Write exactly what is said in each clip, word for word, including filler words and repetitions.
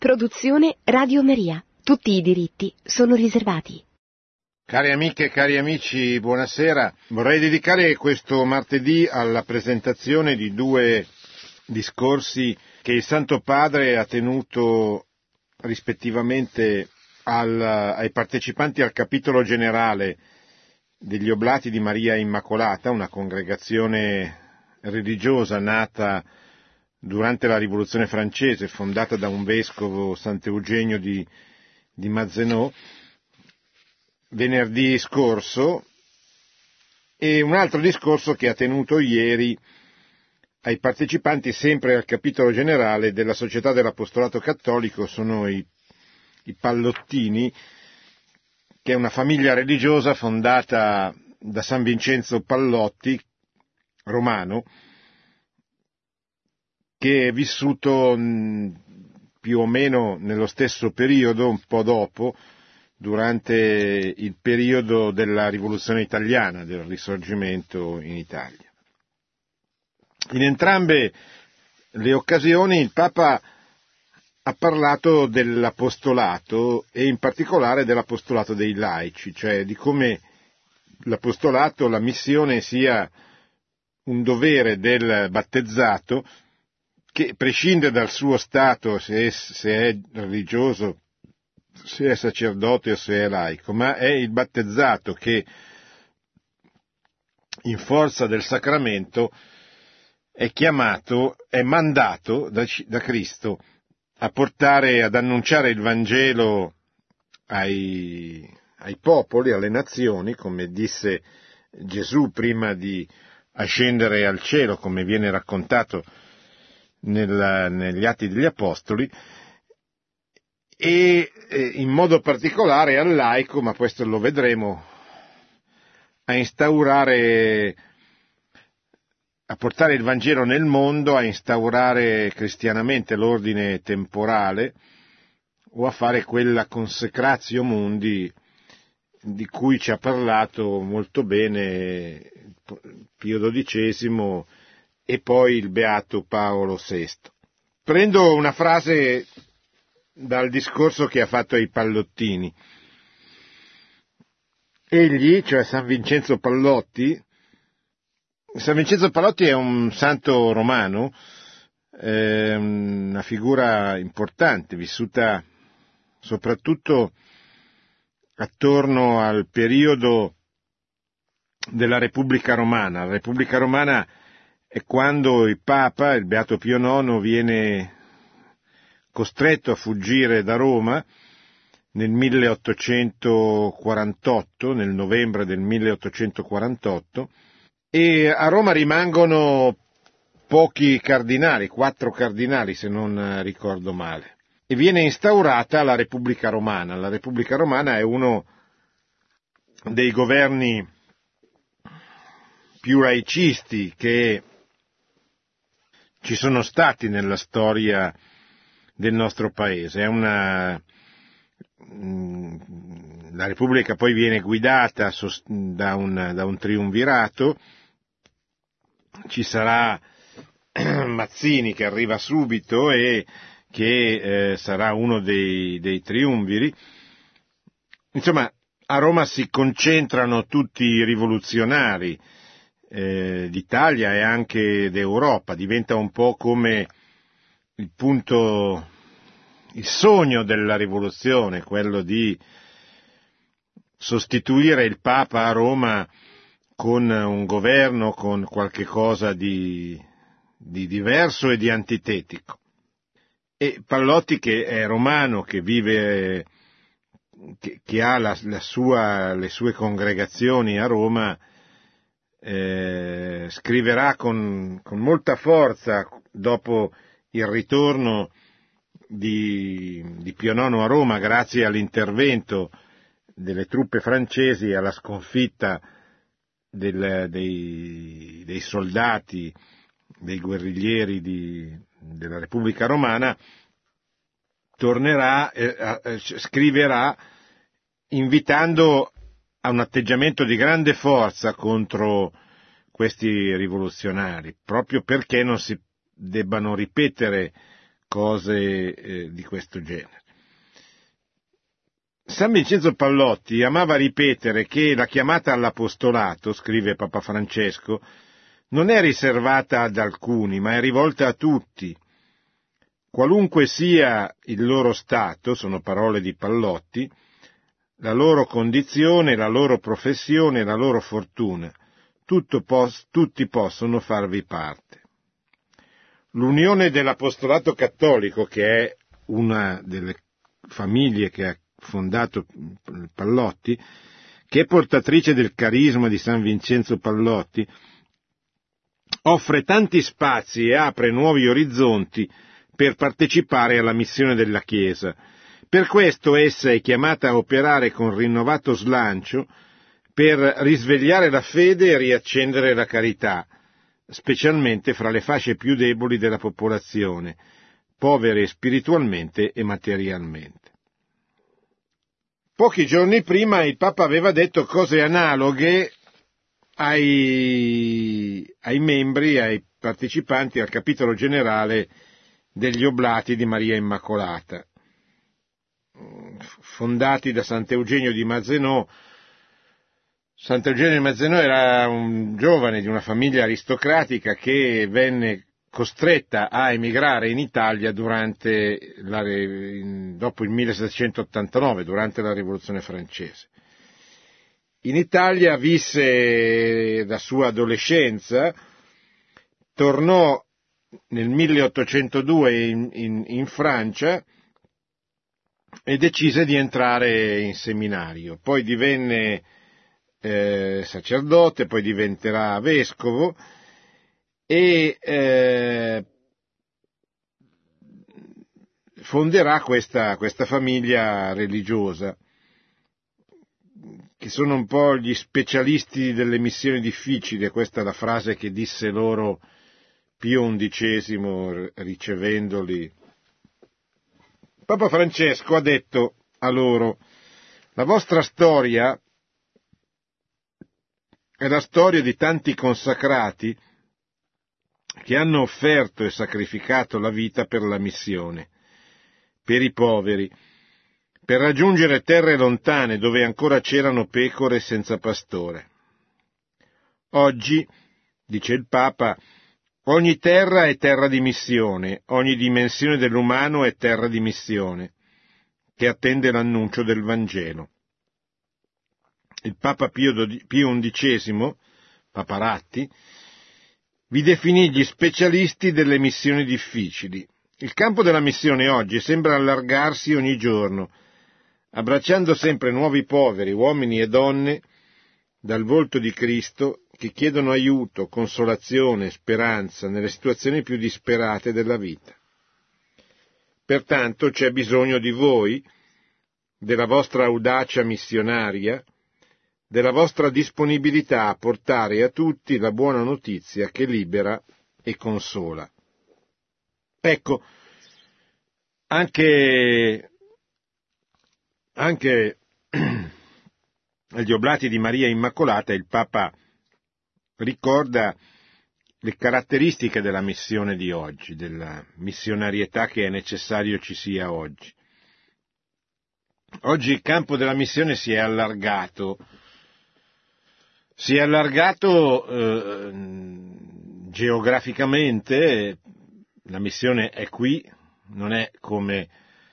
Produzione Radio Maria. Tutti i diritti sono riservati. Cari amiche e cari amici, buonasera. Vorrei dedicare questo martedì alla presentazione di due discorsi che il Santo Padre ha tenuto rispettivamente al, ai partecipanti al capitolo generale degli Oblati di Maria Immacolata, una congregazione religiosa nata durante la Rivoluzione francese, fondata da un vescovo, Sant'Eugenio di, di Mazenot, venerdì scorso, e un altro discorso che ha tenuto ieri ai partecipanti sempre al capitolo generale della Società dell'Apostolato Cattolico, sono i, i Pallottini, che è una famiglia religiosa fondata da San Vincenzo Pallotti, romano, che è vissuto mh, più o meno nello stesso periodo, un po' dopo, durante il periodo della Rivoluzione italiana, del Risorgimento in Italia. In entrambe le occasioni il Papa ha parlato dell'apostolato e in particolare dell'apostolato dei laici, cioè di come l'apostolato, la missione sia un dovere del battezzato che prescinde dal suo stato, se è, se è religioso, se è sacerdote o se è laico, ma è il battezzato che in forza del sacramento è chiamato, è mandato da, da Cristo a portare, ad annunciare il Vangelo ai, ai popoli, alle nazioni, come disse Gesù prima di ascendere al cielo, come viene raccontato nella, negli Atti degli Apostoli, e in modo particolare al laico, ma questo lo vedremo, a instaurare, a portare il Vangelo nel mondo, a instaurare cristianamente l'ordine temporale o a fare quella consecratio mundi di cui ci ha parlato molto bene Pio dodicesimo e poi il Beato Paolo sesto. Prendo una frase dal discorso che ha fatto ai Pallottini. Egli, cioè San Vincenzo Pallotti, San Vincenzo Pallotti è un santo romano, eh, una figura importante, vissuta soprattutto attorno al periodo della Repubblica Romana. La Repubblica Romana è quando il Papa, il Beato Pio nono, viene costretto a fuggire da Roma nel milleottocentoquarantotto, nel novembre del milleottocentoquarantotto, e a Roma rimangono pochi cardinali, quattro cardinali se non ricordo male, e viene instaurata la Repubblica Romana. La Repubblica Romana è uno dei governi più laicisti che ci sono stati nella storia del nostro paese. È una la Repubblica poi viene guidata da un, da un triumvirato. Ci sarà Mazzini che arriva subito e che eh, sarà uno dei, dei triumviri. Insomma, a Roma si concentrano tutti i rivoluzionari eh, d'Italia e anche d'Europa. Diventa un po' come il punto, il sogno della rivoluzione, quello di sostituire il Papa a Roma con un governo, con qualche cosa di, di diverso e di antitetico. E Pallotti, che è romano, che vive, che, che ha la, la sua, le sue congregazioni a Roma, eh, scriverà con, con molta forza dopo il ritorno di, di Pio nono a Roma, grazie all'intervento delle truppe francesi e alla sconfitta del, dei, dei soldati, dei guerriglieri di, della Repubblica Romana, tornerà, eh, eh, scriverà invitando a un atteggiamento di grande forza contro questi rivoluzionari, proprio perché non si debbano ripetere cose eh, di questo genere. San Vincenzo Pallotti amava ripetere che la chiamata all'apostolato, scrive Papa Francesco, non è riservata ad alcuni, ma è rivolta a tutti. Qualunque sia il loro stato, sono parole di Pallotti, la loro condizione, la loro professione, la loro fortuna, tutto pos- tutti possono farvi parte. L'Unione dell'Apostolato Cattolico, che è una delle famiglie che ha fondato Pallotti, che è portatrice del carisma di San Vincenzo Pallotti, offre tanti spazi e apre nuovi orizzonti per partecipare alla missione della Chiesa. Per questo essa è chiamata a operare con rinnovato slancio per risvegliare la fede e riaccendere la carità, specialmente fra le fasce più deboli della popolazione, povere spiritualmente e materialmente. Pochi giorni prima il Papa aveva detto cose analoghe ai, ai membri, ai partecipanti al capitolo generale degli Oblati di Maria Immacolata, fondati da Sant'Eugenio di Mazenò. Sant'Eugenio di Mazenò era un giovane di una famiglia aristocratica che venne costretta a emigrare in Italia durante la, dopo il millesettecentottantanove, durante la Rivoluzione francese. In Italia visse la sua adolescenza, tornò nel milleottocentodue in, in, in Francia e decise di entrare in seminario. Poi divenne eh, sacerdote, poi diventerà vescovo e eh, fonderà questa, questa famiglia religiosa, che sono un po' gli specialisti delle missioni difficili. Questa è la frase che disse loro Pio undicesimo ricevendoli. Papa Francesco ha detto a loro: la vostra storia è la storia di tanti consacrati che hanno offerto e sacrificato la vita per la missione, per i poveri, per raggiungere terre lontane dove ancora c'erano pecore senza pastore. Oggi, dice il Papa, ogni terra è terra di missione, ogni dimensione dell'umano è terra di missione, che attende l'annuncio del Vangelo. Il Papa Pio undicesimo, Papa Ratti, vi definì gli specialisti delle missioni difficili. Il campo della missione oggi sembra allargarsi ogni giorno, abbracciando sempre nuovi poveri, uomini e donne, dal volto di Cristo, che chiedono aiuto, consolazione, speranza nelle situazioni più disperate della vita. Pertanto c'è bisogno di voi, della vostra audacia missionaria, della vostra disponibilità a portare a tutti la buona notizia che libera e consola. Ecco, anche, anche agli Oblati di Maria Immacolata il Papa ricorda le caratteristiche della missione di oggi, della missionarietà che è necessario ci sia oggi. Oggi il campo della missione si è allargato, si è allargato eh, geograficamente, la missione è qui, non è come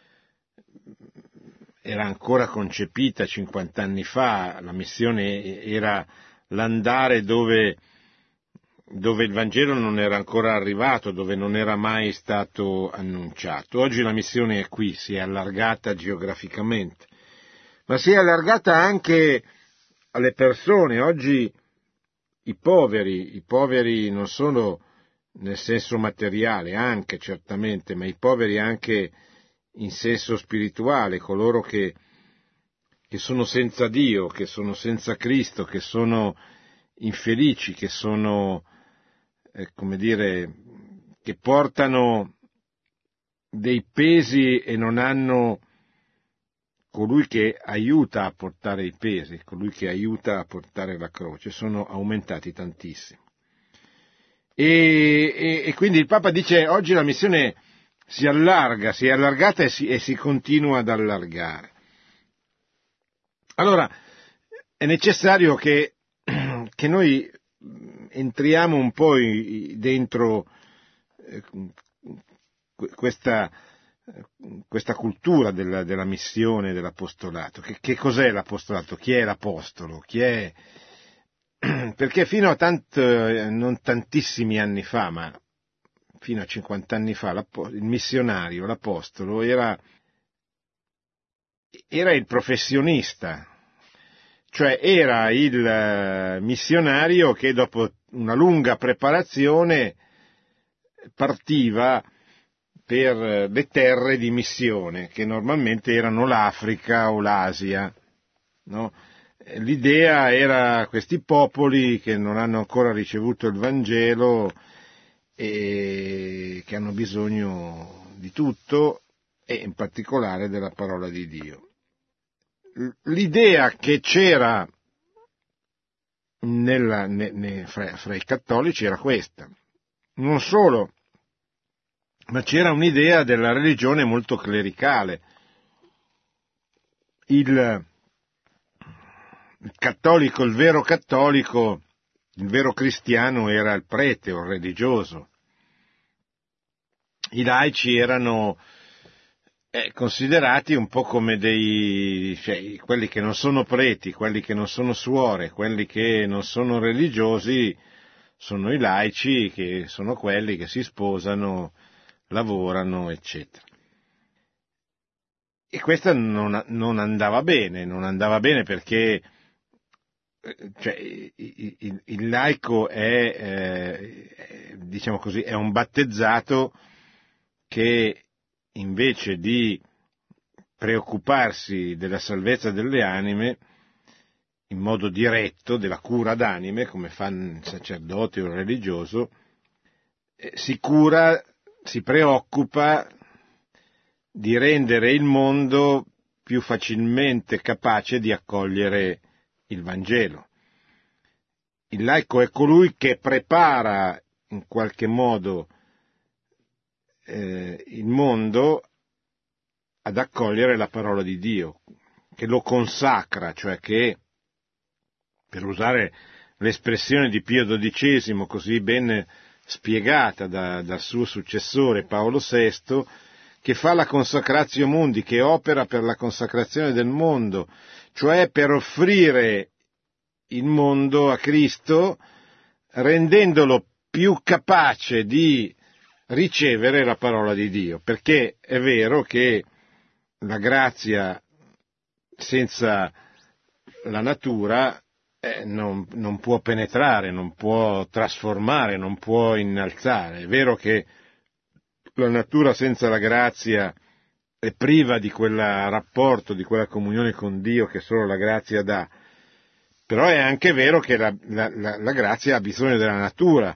era ancora concepita cinquant'anni fa, la missione era l'andare dove, dove il Vangelo non era ancora arrivato, dove non era mai stato annunciato. Oggi la missione è qui, si è allargata geograficamente, ma si è allargata anche alle persone. Oggi i poveri, i poveri non solo nel senso materiale, anche certamente, ma i poveri anche in senso spirituale, coloro che, che sono senza Dio, che sono senza Cristo, che sono infelici, che sono, eh, come dire, che portano dei pesi e non hanno colui che aiuta a portare i pesi, colui che aiuta a portare la croce, sono aumentati tantissimo. E, e, e quindi il Papa dice oggi la missione si allarga, si è allargata e si, e si continua ad allargare. Allora, è necessario che, che noi entriamo un po' dentro eh, questa, questa cultura della, della missione, dell'apostolato. Che, che cos'è l'apostolato? Chi è l'apostolo? Chi è... Perché fino a tanto, non tantissimi anni fa, ma fino a cinquanta anni fa, il missionario, l'apostolo, era, era il professionista, cioè era il missionario che dopo una lunga preparazione partiva per le terre di missione, che normalmente erano l'Africa o l'Asia, no? L'idea era questi popoli che non hanno ancora ricevuto il Vangelo e che hanno bisogno di tutto e in particolare della parola di Dio. L'idea che c'era nella, ne, ne, fra, fra i cattolici era questa. Non solo, ma c'era un'idea della religione molto clericale. Il, il cattolico, il vero cattolico, il vero cristiano era il prete o il religioso. I laici erano eh, considerati un po' come dei, cioè, quelli che non sono preti, quelli che non sono suore, quelli che non sono religiosi, sono i laici, che sono quelli che si sposano, lavorano, eccetera. E questo non, non andava bene, non andava bene perché cioè, il, il, il laico è, eh, diciamo così, è un battezzato che invece di preoccuparsi della salvezza delle anime in modo diretto, della cura d'anime, come fa il sacerdote o il religioso, eh, si cura, si preoccupa di rendere il mondo più facilmente capace di accogliere il Vangelo. Il laico è colui che prepara in qualche modo eh, il mondo ad accogliere la parola di Dio, che lo consacra, cioè che, per usare l'espressione di Pio dodicesimo così ben spiegata da, dal suo successore Paolo sesto, che fa la consacratio mundi, che opera per la consacrazione del mondo, cioè per offrire il mondo a Cristo, rendendolo più capace di ricevere la parola di Dio, perché è vero che la grazia senza la natura eh, non, non può penetrare, non può trasformare, non può innalzare. È vero che la natura senza la grazia è priva di quel rapporto, di quella comunione con Dio che solo la grazia dà, però è anche vero che la, la, la, la grazia ha bisogno della natura,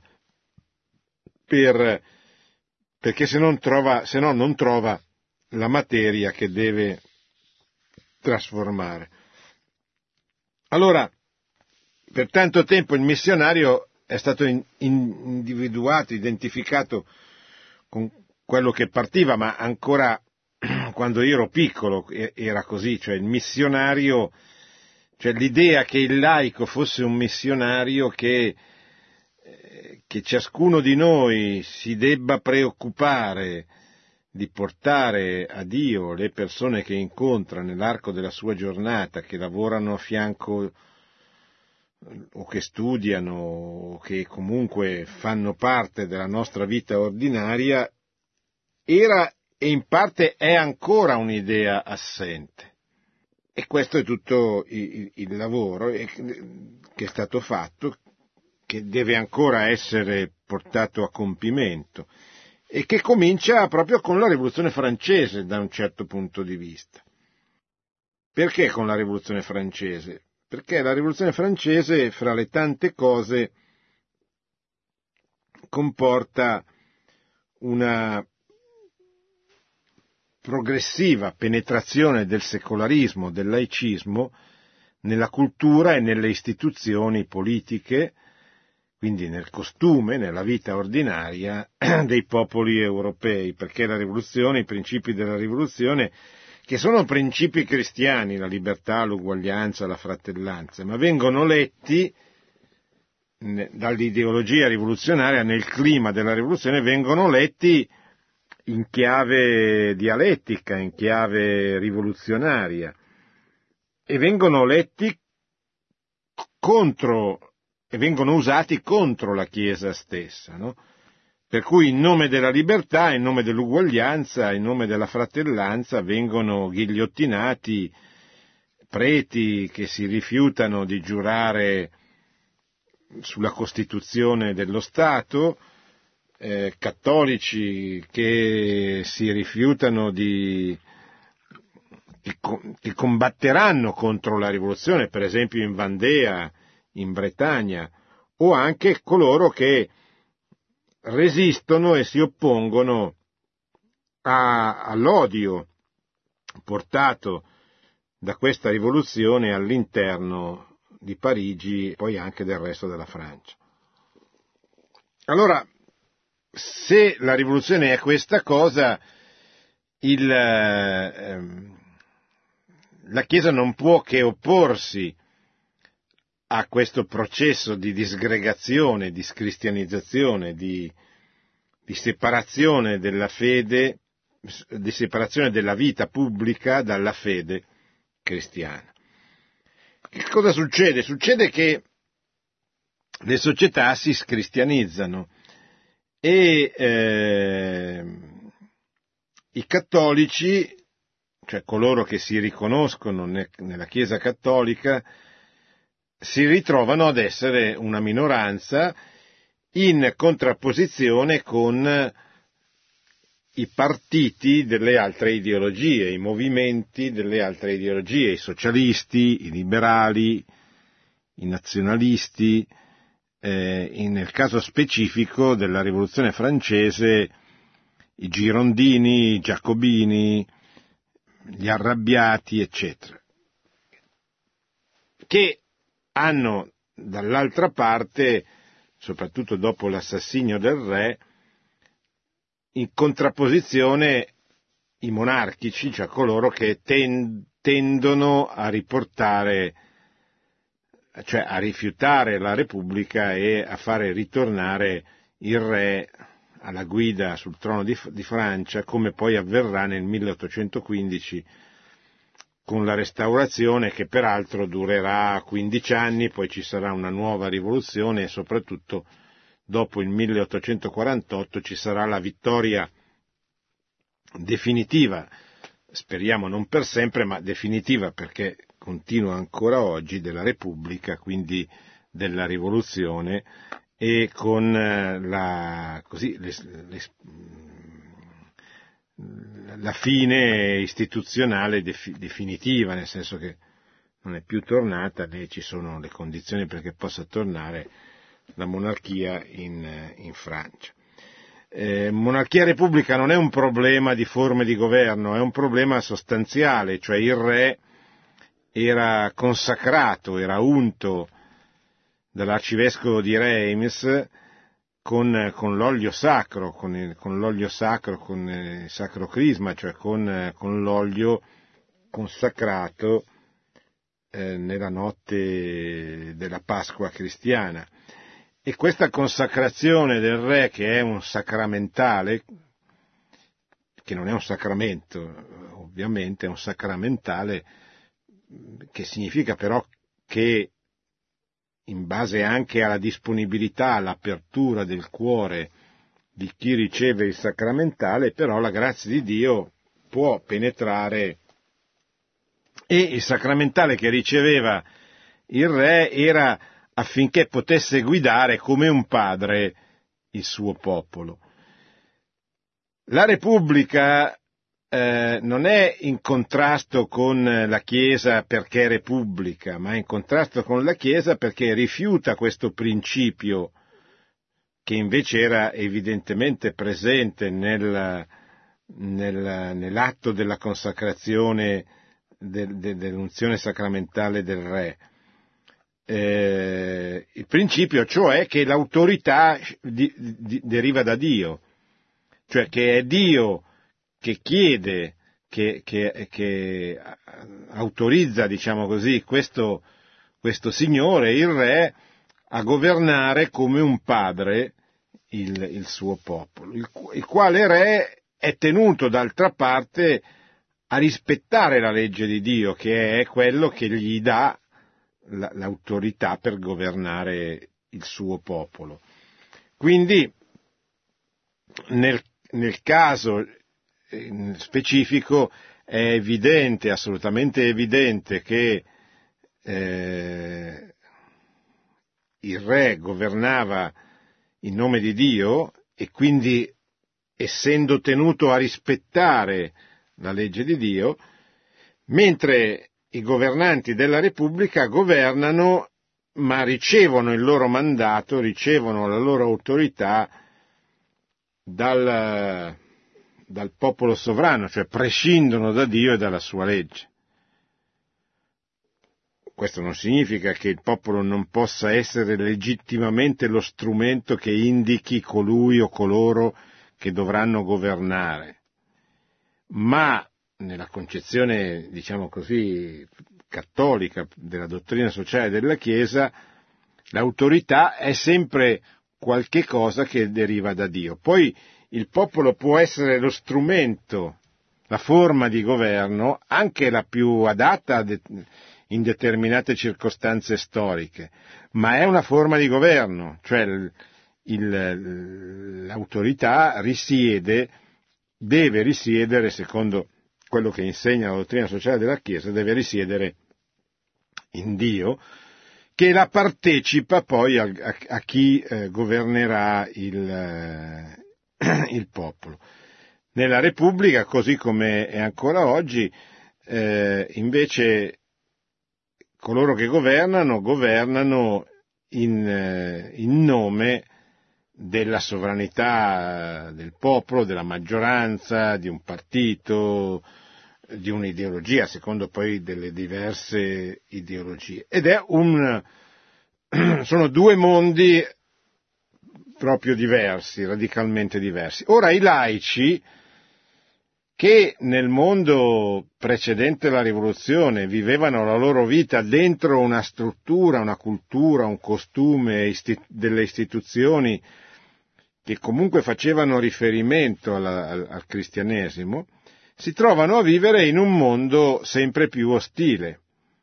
per, perché se non trova, se no non trova la materia che deve trasformare. Allora, per tanto tempo il missionario è stato in, individuato, identificato con quello che partiva, ma ancora quando io ero piccolo era così, cioè il missionario, cioè l'idea che il laico fosse un missionario che, che ciascuno di noi si debba preoccupare di portare a Dio le persone che incontra nell'arco della sua giornata, che lavorano a fianco o che studiano o che comunque fanno parte della nostra vita ordinaria, era e in parte è ancora un'idea assente. E questo è tutto il, il lavoro che è stato fatto, che deve ancora essere portato a compimento e che comincia proprio con la Rivoluzione francese da un certo punto di vista. Perché con la Rivoluzione francese? Perché la Rivoluzione francese, fra le tante cose, comporta una progressiva penetrazione del secolarismo, del laicismo, nella cultura e nelle istituzioni politiche, quindi nel costume, nella vita ordinaria dei popoli europei, perché la rivoluzione, i principi della rivoluzione, che sono principi cristiani, la libertà, l'uguaglianza, la fratellanza, ma vengono letti dall'ideologia rivoluzionaria, nel clima della rivoluzione, vengono letti in chiave dialettica, in chiave rivoluzionaria, e vengono letti contro, e vengono usati contro la Chiesa stessa, no? Per cui in nome della libertà, in nome dell'uguaglianza, in nome della fratellanza vengono ghigliottinati preti che si rifiutano di giurare sulla Costituzione dello Stato, eh, cattolici che si rifiutano di che, che combatteranno contro la rivoluzione, per esempio in Vandea, in Bretagna, o anche coloro che resistono e si oppongono a, all'odio portato da questa rivoluzione all'interno di Parigi e poi anche del resto della Francia. Allora, se la rivoluzione è questa cosa, il, ehm, la Chiesa non può che opporsi a questo processo di disgregazione, di scristianizzazione, di, di separazione della fede, di separazione della vita pubblica dalla fede cristiana. Che cosa succede? Succede che le società si scristianizzano e eh, i cattolici, cioè coloro che si riconoscono ne, nella Chiesa cattolica, si ritrovano ad essere una minoranza in contrapposizione con i partiti delle altre ideologie, i movimenti delle altre ideologie, i socialisti, i liberali, i nazionalisti, eh, nel caso specifico della Rivoluzione francese, i girondini, i giacobini, gli arrabbiati, eccetera, che hanno dall'altra parte, soprattutto dopo l'assassinio del re, in contrapposizione i monarchici, cioè coloro che ten, tendono a riportare, cioè a rifiutare la Repubblica e a fare ritornare il re alla guida sul trono di, di Francia, come poi avverrà nel milleottocentoquindici con la Restaurazione, che peraltro durerà quindici anni, poi ci sarà una nuova rivoluzione e soprattutto dopo il milleottocentoquarantotto ci sarà la vittoria definitiva, speriamo non per sempre, ma definitiva, perché continua ancora oggi, della Repubblica, quindi della rivoluzione, e con la, così, le, le, la fine istituzionale definitiva, nel senso che non è più tornata, né ci sono le condizioni perché possa tornare la monarchia in, in Francia. Eh, monarchia e repubblica non è un problema di forme di governo, è un problema sostanziale, cioè il re era consacrato, era unto dall'arcivescovo di Reims con, con l'olio sacro, con, il, con l'olio sacro, con il sacro crisma, cioè con, con l'olio consacrato eh, nella notte della Pasqua cristiana. E questa consacrazione del re, che è un sacramentale, che non è un sacramento, ovviamente, è un sacramentale, che significa però che in base anche alla disponibilità, all'apertura del cuore di chi riceve il sacramentale, però la grazia di Dio può penetrare, e il sacramentale che riceveva il re era affinché potesse guidare come un padre il suo popolo. La Repubblica eh, non è in contrasto con la Chiesa perché è Repubblica, ma è in contrasto con la Chiesa perché rifiuta questo principio che invece era evidentemente presente nel, nel, nell'atto della consacrazione del, de, dell'unzione sacramentale del re. eh, il principio, cioè che l'autorità di, di, deriva da Dio, cioè che è Dio che chiede, che, che, che autorizza, diciamo così, questo, questo signore, il re, a governare come un padre il, il suo popolo, il, il quale re è tenuto d'altra parte a rispettare la legge di Dio, che è quello che gli dà la, l'autorità per governare il suo popolo. Quindi, nel, nel caso specifico, è evidente, assolutamente evidente, che eh, il re governava in nome di Dio e quindi, essendo tenuto a rispettare la legge di Dio, mentre i governanti della Repubblica governano, ma ricevono il loro mandato, ricevono la loro autorità dal, dal popolo sovrano, cioè prescindono da Dio e dalla sua legge. Questo non significa che il popolo non possa essere legittimamente lo strumento che indichi colui o coloro che dovranno governare, ma nella concezione, diciamo così, cattolica della dottrina sociale della Chiesa, l'autorità è sempre qualche cosa che deriva da Dio. Poi il popolo può essere lo strumento, la forma di governo, anche la più adatta in determinate circostanze storiche, ma è una forma di governo, cioè il, il, l'autorità risiede, deve risiedere, secondo quello che insegna la dottrina sociale della Chiesa, deve risiedere in Dio, che la partecipa poi a, a, a chi eh, governerà il, eh, il popolo. Nella Repubblica, così come è ancora oggi, eh, invece coloro che governano, governano in, eh, in nome della sovranità del popolo, della maggioranza, di un partito, di un'ideologia, secondo poi delle diverse ideologie. Ed è un, sono due mondi proprio diversi, radicalmente diversi. Ora i laici, che nel mondo precedente la rivoluzione vivevano la loro vita dentro una struttura, una cultura, un costume isti- delle istituzioni che comunque facevano riferimento alla, al, al cristianesimo, si trovano a vivere in un mondo sempre più ostile.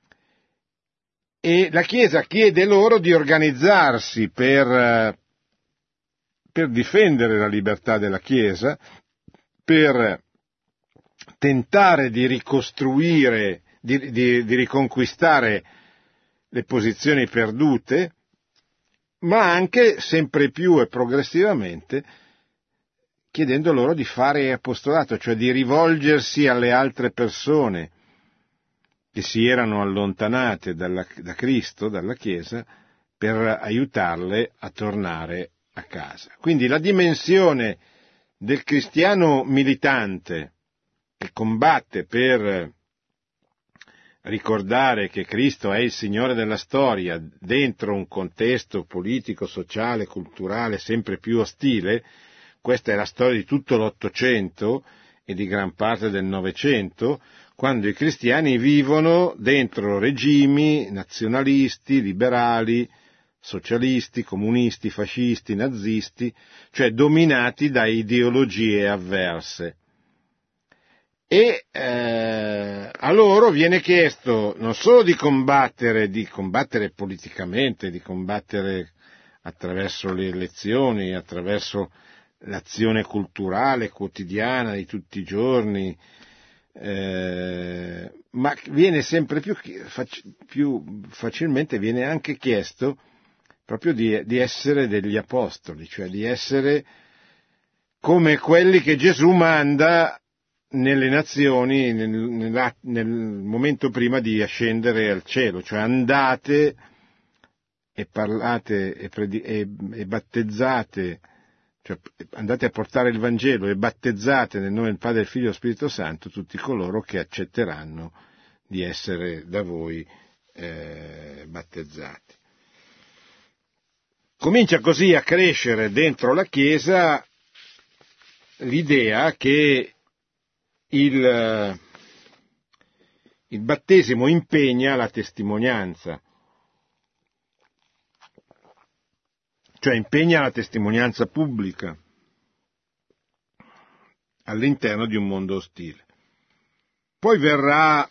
E la Chiesa chiede loro di organizzarsi per, per difendere la libertà della Chiesa, per tentare di ricostruire, di, di, di riconquistare le posizioni perdute, ma anche sempre più e progressivamente chiedendo loro di fare apostolato, cioè di rivolgersi alle altre persone che si erano allontanate dalla, da Cristo, dalla Chiesa, per aiutarle a tornare a casa. Quindi la dimensione del cristiano militante che combatte per ricordare che Cristo è il Signore della storia dentro un contesto politico, sociale, culturale sempre più ostile. Questa è la storia di tutto l'Ottocento e di gran parte del Novecento, quando i cristiani vivono dentro regimi nazionalisti, liberali, socialisti, comunisti, fascisti, nazisti, cioè dominati da ideologie avverse. E eh, a loro viene chiesto non solo di combattere, di combattere politicamente, di combattere attraverso le elezioni, attraverso l'azione culturale quotidiana di tutti i giorni, eh, ma viene sempre più, più facilmente viene anche chiesto proprio di, di essere degli apostoli, cioè di essere come quelli che Gesù manda nelle nazioni nel, nel, nel momento prima di ascendere al cielo, cioè andate e parlate e, predi- e, e battezzate, cioè andate a portare il Vangelo e battezzate nel nome del Padre, del Figlio e dello Spirito Santo tutti coloro che accetteranno di essere da voi eh, battezzati. Comincia così a crescere dentro la Chiesa l'idea che il, il battesimo impegna la testimonianza, cioè impegna la testimonianza pubblica all'interno di un mondo ostile. Poi verrà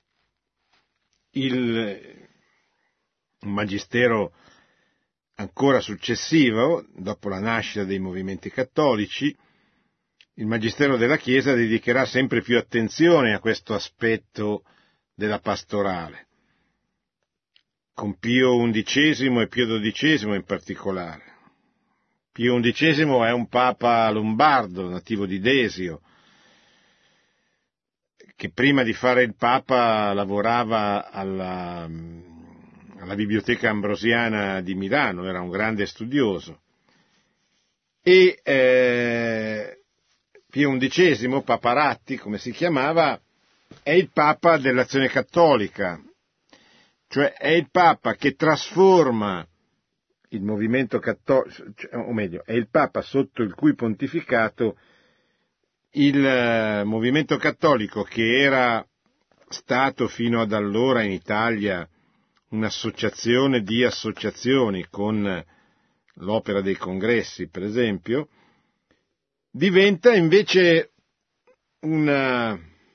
il un magistero ancora successivo, dopo la nascita dei movimenti cattolici. Il magistero della Chiesa dedicherà sempre più attenzione a questo aspetto della pastorale, con Pio undicesimo e Pio dodicesimo in particolare. Pio undicesimo è un papa lombardo, nativo di Desio, che prima di fare il papa lavorava alla, alla Biblioteca Ambrosiana di Milano, era un grande studioso. E eh, Pio undicesimo, Papa Ratti, come si chiamava, è il papa dell'Azione Cattolica, cioè è il papa che trasforma il movimento cattolico, o meglio, è il papa sotto il cui pontificato il movimento cattolico, che era stato fino ad allora in Italia un'associazione di associazioni con l'Opera dei Congressi, per esempio, diventa invece una,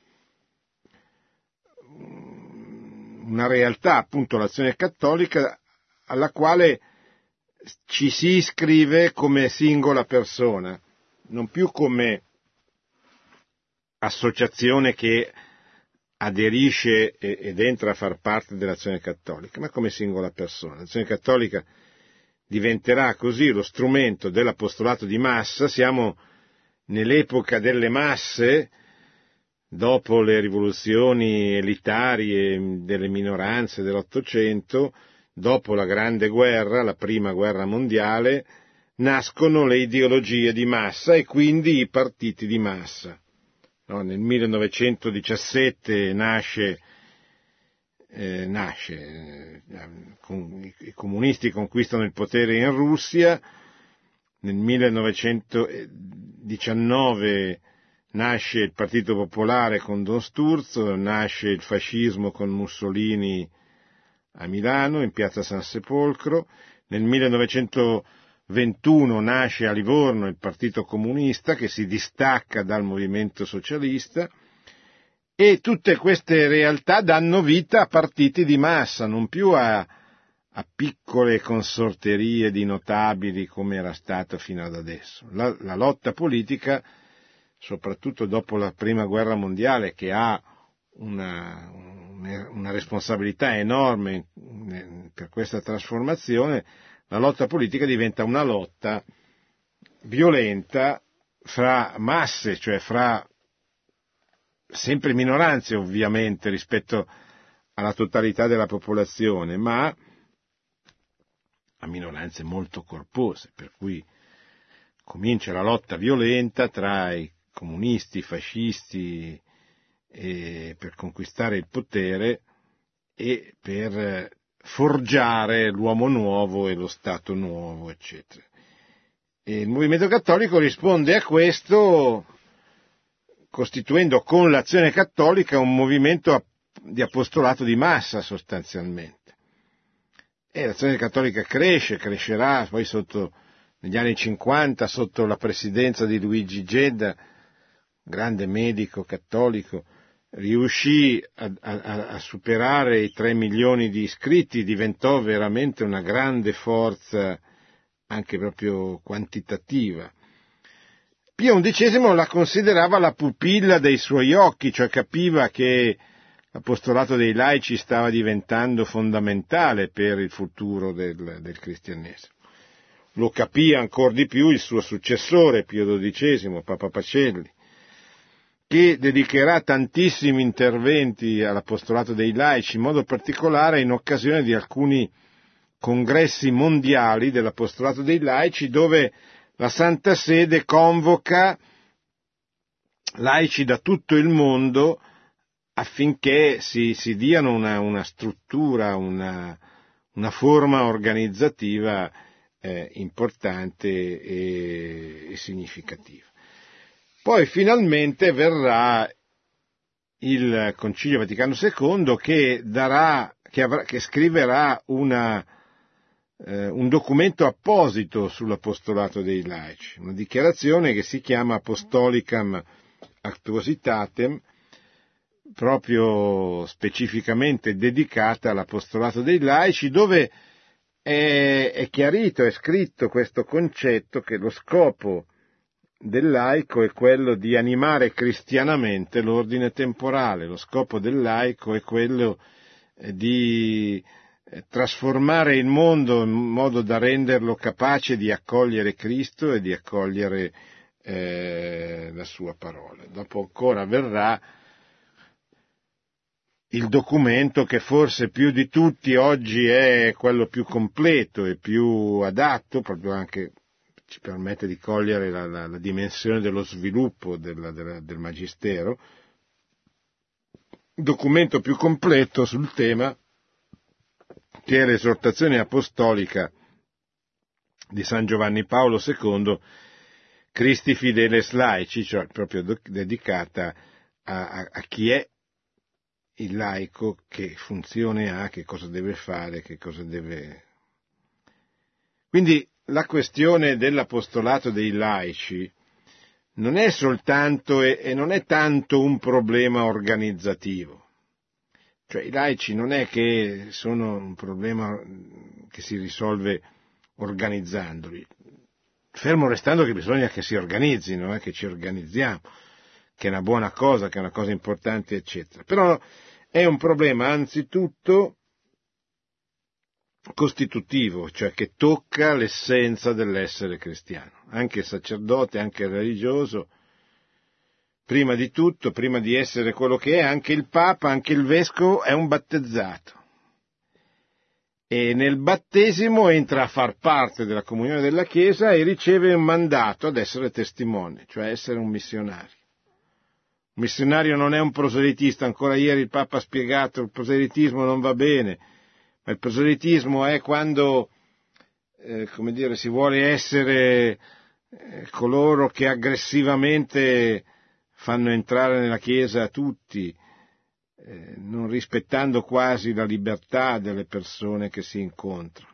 una realtà, appunto l'Azione Cattolica, alla quale ci si iscrive come singola persona, non più come associazione che aderisce ed entra a far parte dell'Azione Cattolica, ma come singola persona. L'Azione Cattolica diventerà così lo strumento dell'apostolato di massa. Siamo nell'epoca delle masse, dopo le rivoluzioni elitarie delle minoranze dell'Ottocento, dopo la Grande Guerra, la Prima Guerra Mondiale, nascono le ideologie di massa e quindi i partiti di massa. No, nel millenovecentodiciassette nasce, eh, nasce eh, con, i comunisti conquistano il potere in Russia, nel millenovecentodiciannove nasce il Partito Popolare con Don Sturzo, nasce il fascismo con Mussolini a Milano, in piazza San Sepolcro, nel millenovecentoventuno nasce a Livorno il Partito Comunista, che si distacca dal movimento socialista, e tutte queste realtà danno vita a partiti di massa, non più a, a piccole consorterie di notabili come era stato fino ad adesso. La, la lotta politica, soprattutto dopo la Prima Guerra Mondiale, che ha una, una responsabilità enorme per questa trasformazione, la lotta politica diventa una lotta violenta fra masse, cioè fra sempre minoranze ovviamente rispetto alla totalità della popolazione, ma a minoranze molto corpose, per cui comincia la lotta violenta tra i comunisti, i fascisti, e per conquistare il potere e per forgiare l'uomo nuovo e lo Stato nuovo, eccetera. E il movimento cattolico risponde a questo costituendo con l'Azione Cattolica un movimento di apostolato di massa sostanzialmente. E l'Azione Cattolica cresce, crescerà, poi sotto, negli anni cinquanta, sotto la presidenza di Luigi Gedda, grande medico cattolico, riuscì a, a, a superare i tre milioni di iscritti, diventò veramente una grande forza anche proprio quantitativa. Pio undicesimo la considerava la pupilla dei suoi occhi, cioè capiva che l'apostolato dei laici stava diventando fondamentale per il futuro del, del cristianesimo. Lo capì ancor di più il suo successore, Pio dodicesimo, Papa Pacelli, che dedicherà tantissimi interventi all'apostolato dei laici, in modo particolare in occasione di alcuni congressi mondiali dell'apostolato dei laici, dove la Santa Sede convoca laici da tutto il mondo affinché si, si diano una, una struttura, una, una forma organizzativa eh, importante e, e significativa. Poi finalmente verrà il Concilio Vaticano secondo che darà, che, avrà, che scriverà una, eh, un documento apposito sull'apostolato dei laici, una dichiarazione che si chiama Apostolicam Actuositatem, proprio specificamente dedicata all'apostolato dei laici, dove è, è chiarito, è scritto questo concetto che lo scopo del laico è quello di animare cristianamente l'ordine temporale, lo scopo del laico è quello di trasformare il mondo in modo da renderlo capace di accogliere Cristo e di accogliere eh, la sua parola. Dopo ancora verrà il documento che forse più di tutti oggi è quello più completo e più adatto, proprio anche ci permette di cogliere la, la, la dimensione dello sviluppo della, della, del Magistero, documento più completo sul tema che è l'esortazione apostolica di San Giovanni Paolo secondo, Christi Fideles Laici, cioè proprio do, dedicata a, a, a chi è il laico, che funzione ha, che cosa deve fare, che cosa deve... Quindi la questione dell'apostolato dei laici non è soltanto e, e non è tanto un problema organizzativo. Cioè i laici non è che sono un problema che si risolve organizzandoli, fermo restando che bisogna che si organizzino, eh, che ci organizziamo, che è una buona cosa, che è una cosa importante, eccetera. Però è un problema anzitutto costitutivo, cioè che tocca l'essenza dell'essere cristiano. Anche il sacerdote, anche il religioso, prima di tutto, prima di essere quello che è, anche il Papa, anche il Vescovo è un battezzato. E nel battesimo entra a far parte della comunione della Chiesa e riceve un mandato ad essere testimone, cioè essere un missionario. Un missionario non è un proselitista, ancora ieri il Papa ha spiegato il proselitismo non va bene, ma il proselitismo è quando, eh, come dire, si vuole essere eh, coloro che aggressivamente fanno entrare nella Chiesa tutti, eh, non rispettando quasi la libertà delle persone che si incontrano.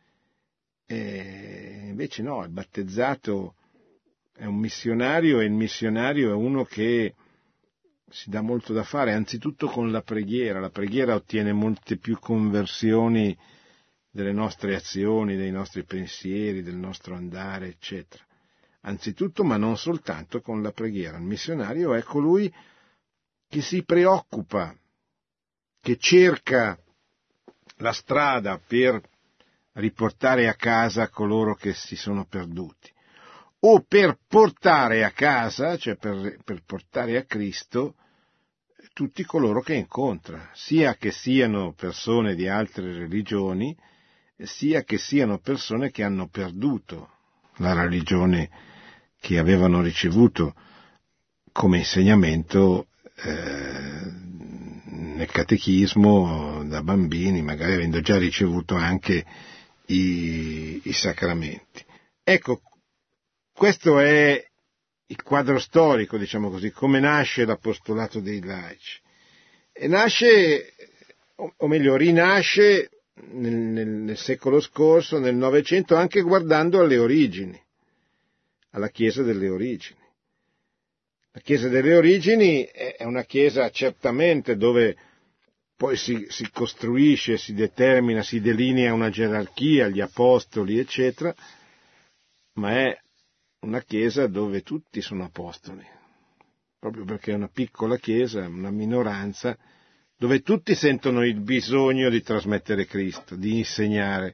E invece no, il battezzato è un missionario e il missionario è uno che si dà molto da fare, anzitutto con la preghiera. La preghiera ottiene molte più conversioni delle nostre azioni, dei nostri pensieri, del nostro andare, eccetera. Anzitutto, ma non soltanto con la preghiera. Il missionario è colui che si preoccupa, che cerca la strada per riportare a casa coloro che si sono perduti, o per portare a casa, cioè per, per portare a Cristo, tutti coloro che incontra, sia che siano persone di altre religioni, sia che siano persone che hanno perduto la religione che avevano ricevuto come insegnamento eh, nel catechismo da bambini, magari avendo già ricevuto anche i, i sacramenti. Ecco, questo è il quadro storico, diciamo così, come nasce l'apostolato dei laici. E nasce, o meglio, rinasce nel, nel, nel secolo scorso, nel Novecento, anche guardando alle origini, alla Chiesa delle origini. La Chiesa delle origini è una Chiesa certamente dove poi si, si costruisce, si determina, si delinea una gerarchia, gli apostoli, eccetera, ma è una Chiesa dove tutti sono apostoli, proprio perché è una piccola Chiesa, una minoranza, dove tutti sentono il bisogno di trasmettere Cristo, di insegnare,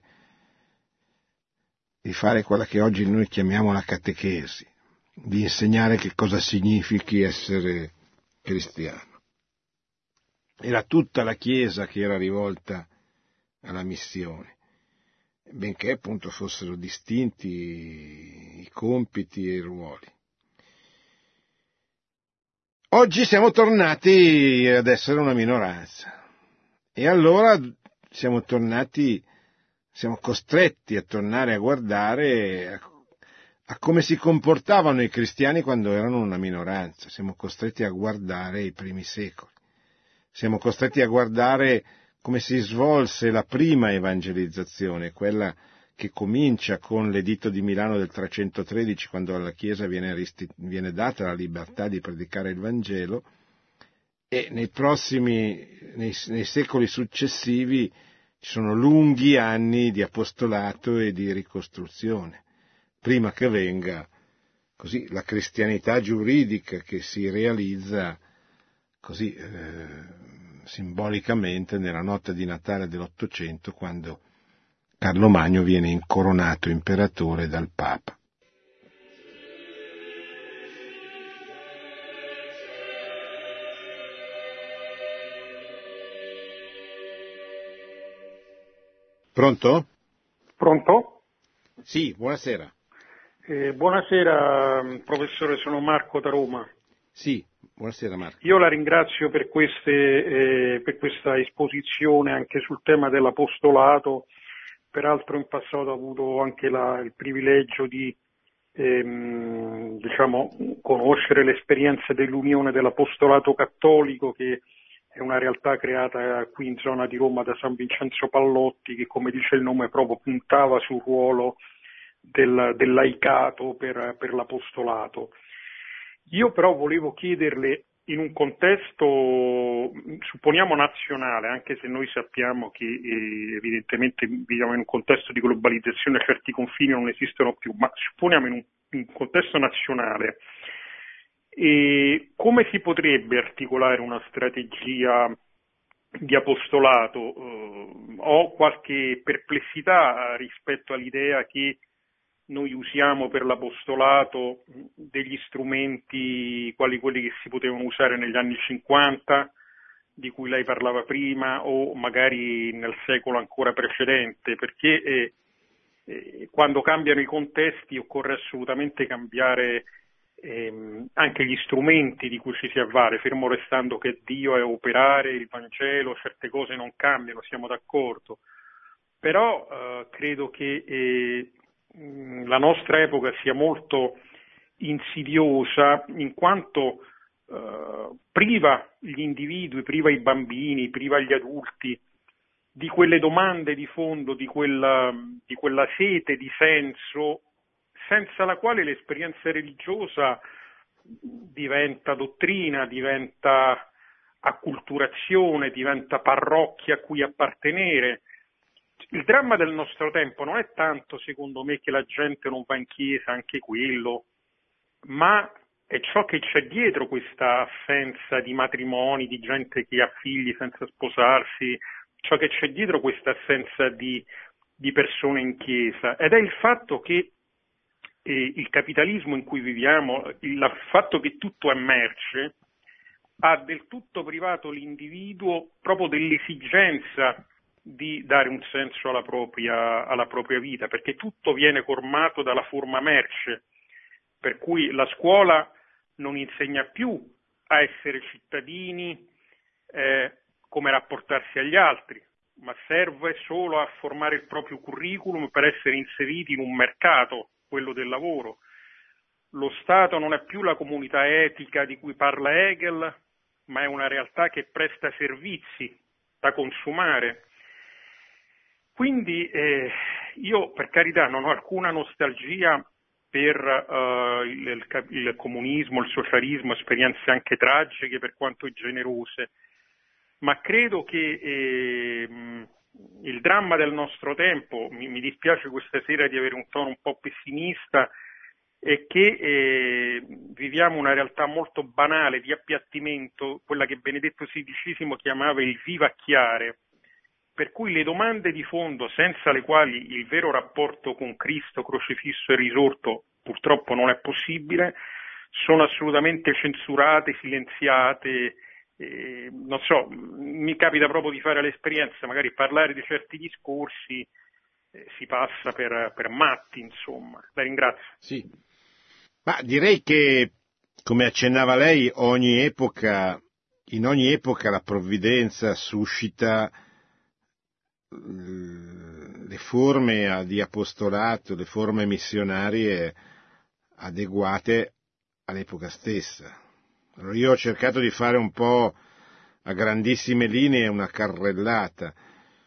di fare quella che oggi noi chiamiamo la catechesi, di insegnare che cosa significhi essere cristiano. Era tutta la Chiesa che era rivolta alla missione, benché appunto fossero distinti i compiti e i ruoli. Oggi siamo tornati ad essere una minoranza e allora siamo tornati, siamo costretti a tornare a guardare a, a come si comportavano i cristiani quando erano una minoranza, siamo costretti a guardare i primi secoli, siamo costretti a guardare come si svolse la prima evangelizzazione, quella che comincia con l'editto di Milano del trecentotredici, quando alla Chiesa viene, risti- viene data la libertà di predicare il Vangelo, e nei prossimi, nei, nei secoli successivi ci sono lunghi anni di apostolato e di ricostruzione, prima che venga così la cristianità giuridica che si realizza così eh, simbolicamente nella notte di Natale dell'Ottocento, quando Carlo Magno viene incoronato imperatore dal Papa. Pronto? Pronto? Sì, buonasera. Eh, buonasera professore, sono Marco da Roma. Sì, buonasera Marco. Io la ringrazio per, queste, eh, per questa esposizione anche sul tema dell'apostolato. Peraltro in passato ho avuto anche la, il privilegio di ehm, diciamo, conoscere l'esperienza dell'Unione dell'Apostolato Cattolico, che è una realtà creata qui in zona di Roma da San Vincenzo Pallotti, che come dice il nome proprio puntava sul ruolo del, del laicato per, per l'apostolato. Io però volevo chiederle, in un contesto, supponiamo nazionale, anche se noi sappiamo che eh, evidentemente viviamo in un contesto di globalizzazione, certi confini non esistono più, ma supponiamo in un, in un contesto nazionale, e come si potrebbe articolare una strategia di apostolato? Eh, ho qualche perplessità rispetto all'idea che noi usiamo per l'apostolato degli strumenti quali quelli che si potevano usare negli anni cinquanta, di cui lei parlava prima, o magari nel secolo ancora precedente, perché eh, eh, quando cambiano i contesti occorre assolutamente cambiare ehm, anche gli strumenti di cui ci si avvale, fermo restando che Dio è operare, il Vangelo, certe cose non cambiano, siamo d'accordo, però eh, credo che eh, la nostra epoca sia molto insidiosa in quanto eh, priva gli individui, priva i bambini, priva gli adulti di quelle domande di fondo, di quella, di quella sete di senso senza la quale l'esperienza religiosa diventa dottrina, diventa acculturazione, diventa parrocchia a cui appartenere. Il dramma del nostro tempo non è tanto, secondo me, che la gente non va in chiesa, anche quello, ma è ciò che c'è dietro questa assenza di matrimoni, di gente che ha figli senza sposarsi, ciò che c'è dietro questa assenza di, di persone in chiesa, ed è il fatto che eh, il capitalismo in cui viviamo, il fatto che tutto è merce, ha del tutto privato l'individuo proprio dell'esigenza di dare un senso alla propria, alla propria vita, perché tutto viene colmato dalla forma merce, per cui la scuola non insegna più a essere cittadini, eh, come rapportarsi agli altri, ma serve solo a formare il proprio curriculum per essere inseriti in un mercato, quello del lavoro. Lo Stato non è più la comunità etica di cui parla Hegel, ma è una realtà che presta servizi da consumare. Quindi eh, io, per carità, non ho alcuna nostalgia per uh, il, il, il comunismo, il socialismo, esperienze anche tragiche per quanto generose, ma credo che eh, il dramma del nostro tempo, mi, mi dispiace questa sera di avere un tono un po' pessimista, è che eh, viviamo una realtà molto banale di appiattimento, quella che Benedetto sedicesimo chiamava il vivacchiare, per cui le domande di fondo, senza le quali il vero rapporto con Cristo crocifisso e risorto purtroppo non è possibile, sono assolutamente censurate, silenziate. Eh, non so, mi capita proprio di fare l'esperienza, magari parlare di certi discorsi eh, si passa per, per matti, insomma. La ringrazio. Sì, ma direi che come accennava lei, ogni epoca, in ogni epoca la provvidenza suscita le forme di apostolato, le forme missionarie adeguate all'epoca stessa. Allora io ho cercato di fare un po' a grandissime linee una carrellata.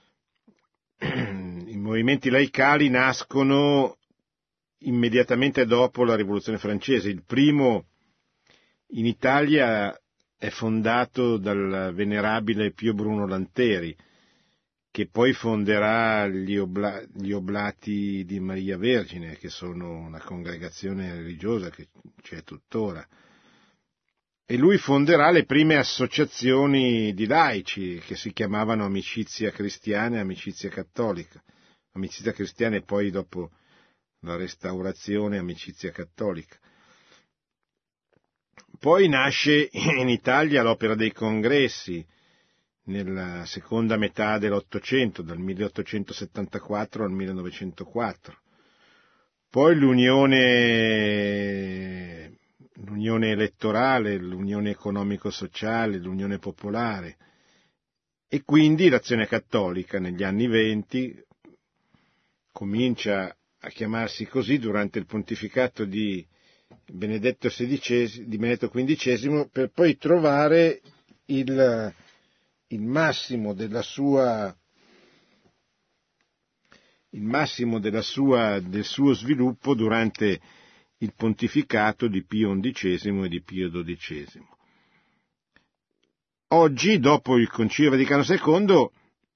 I movimenti laicali nascono immediatamente dopo la Rivoluzione francese. Il primo in Italia è fondato dal venerabile Pio Bruno Lanteri, che poi fonderà gli, Obla- gli Oblati di Maria Vergine, che sono una congregazione religiosa che c'è tuttora. E lui fonderà le prime associazioni di laici, che si chiamavano Amicizia Cristiana e Amicizia Cattolica. Amicizia Cristiana e poi dopo la Restaurazione Amicizia Cattolica. Poi nasce in Italia l'opera dei congressi, nella seconda metà dell'Ottocento, dal milleottocentosettantaquattro al millenovecentoquattro. Poi l'unione, l'unione elettorale, l'unione economico-sociale, l'unione popolare e quindi l'Azione Cattolica negli anni venti comincia a chiamarsi così durante il pontificato di Benedetto sedicesimo, di Benedetto quindicesimo, per poi trovare il il massimo della sua il massimo della sua, del suo sviluppo durante il pontificato di Pio undicesimo e di Pio dodicesimo. Oggi, dopo il Concilio Vaticano secondo,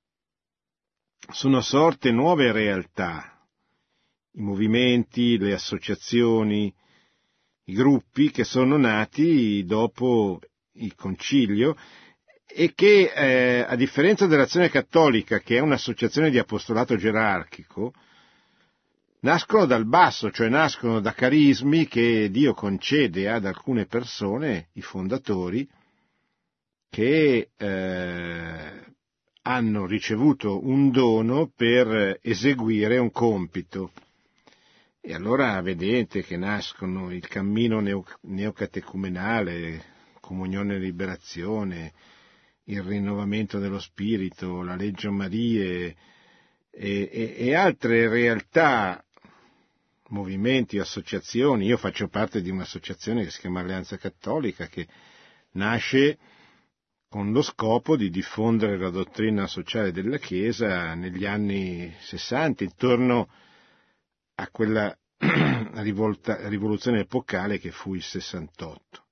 sono sorte nuove realtà, i movimenti, le associazioni, i gruppi che sono nati dopo il Concilio e che, eh, a differenza dell'Azione Cattolica, che è un'associazione di apostolato gerarchico, nascono dal basso, cioè nascono da carismi che Dio concede ad alcune persone, i fondatori, che eh, hanno ricevuto un dono per eseguire un compito. E allora vedete che nascono il cammino neo, neocatecumenale, comunione e liberazione, il rinnovamento dello spirito, la Legge Marie e, e, e altre realtà, movimenti, associazioni. Io faccio parte di un'associazione che si chiama Alleanza Cattolica, che nasce con lo scopo di diffondere la dottrina sociale della Chiesa negli anni sessanta, intorno a quella rivolta, rivoluzione epocale che fu il sessantotto.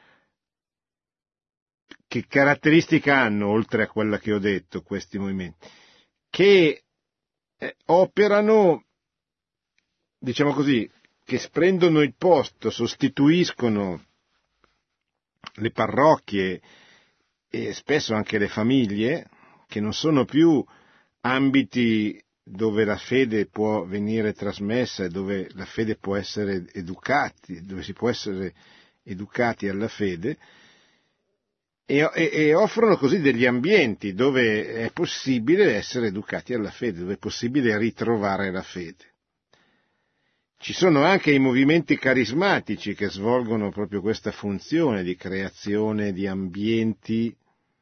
Che caratteristica hanno, oltre a quella che ho detto, questi movimenti? Che eh, operano, diciamo così, che prendono il posto, sostituiscono le parrocchie e spesso anche le famiglie, che non sono più ambiti dove la fede può venire trasmessa e dove la fede può essere educati, dove si può essere educati alla fede, E, e, e offrono così degli ambienti dove è possibile essere educati alla fede, dove è possibile ritrovare la fede. Ci sono anche i movimenti carismatici che svolgono proprio questa funzione di creazione di ambienti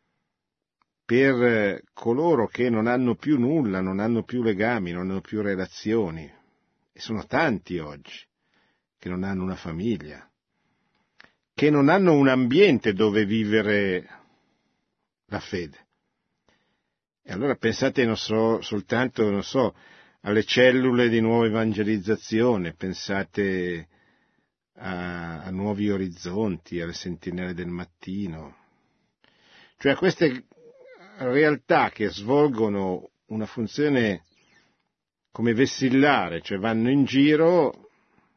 per coloro che non hanno più nulla, non hanno più legami, non hanno più relazioni. E sono tanti oggi che non hanno una famiglia, che non hanno un ambiente dove vivere la fede. E allora pensate, non so, soltanto, non so, alle cellule di nuova evangelizzazione, pensate a, a nuovi orizzonti, alle sentinelle del mattino, cioè a queste realtà che svolgono una funzione come vessillare, cioè vanno in giro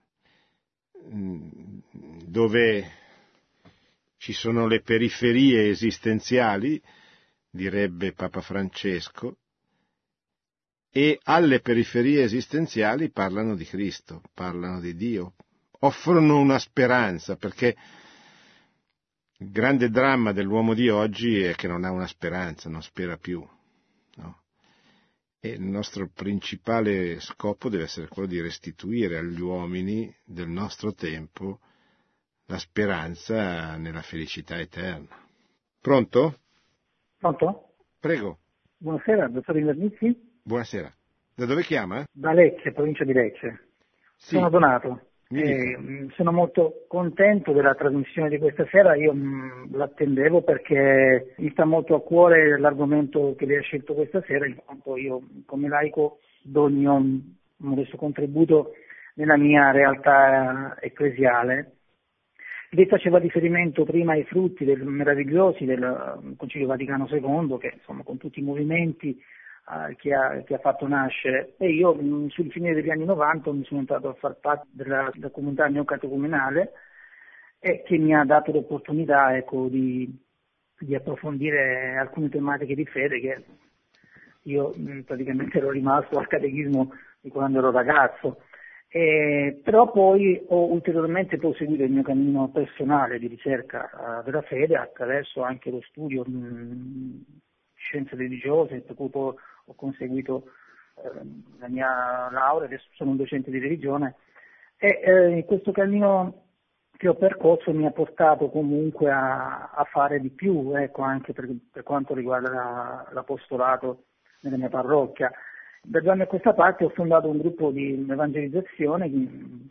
dove ci sono le periferie esistenziali, direbbe Papa Francesco, e alle periferie esistenziali parlano di Cristo, parlano di Dio, offrono una speranza, perché il grande dramma dell'uomo di oggi è che non ha una speranza, non spera più, no? E il nostro principale scopo deve essere quello di restituire agli uomini del nostro tempo la speranza nella felicità eterna. Pronto? Pronto? Prego. Buonasera, dottor Invernizzi. Buonasera. Da dove chiama? Da Lecce, provincia di Lecce. Sì. Sono Donato. Mi Eh, sono molto contento della trasmissione di questa sera, io mh, l'attendevo perché mi sta molto a cuore l'argomento che lei ha scelto questa sera, in quanto io come laico do il mio modesto contributo nella mia realtà ecclesiale. Lei faceva riferimento prima ai frutti del, meravigliosi del Concilio Vaticano secondo, che insomma con tutti i movimenti eh, che, ha, che ha fatto nascere, e io mh, sul finire degli anni novanta mi sono entrato a far parte della, della comunità neocatecumenale e che mi ha dato l'opportunità, ecco, di, di approfondire alcune tematiche di fede che io mh, praticamente ero rimasto al catechismo di quando ero ragazzo. Eh, però poi ho ulteriormente proseguito il mio cammino personale di ricerca uh, della fede attraverso anche lo studio di scienze religiose, per cui poi ho conseguito uh, la mia laurea, adesso sono un docente di religione e uh, questo cammino che ho percorso mi ha portato comunque a, a fare di più, ecco, anche per, per quanto riguarda la, l'apostolato nella mia parrocchia. Da due anni a questa parte ho fondato un gruppo di evangelizzazione che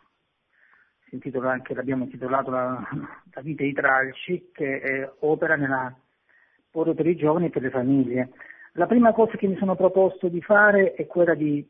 si intitola anche, l'abbiamo intitolato La, la vita ai tralci, che eh, opera nella Poro per i giovani e per le famiglie. La prima cosa che mi sono proposto di fare è quella di,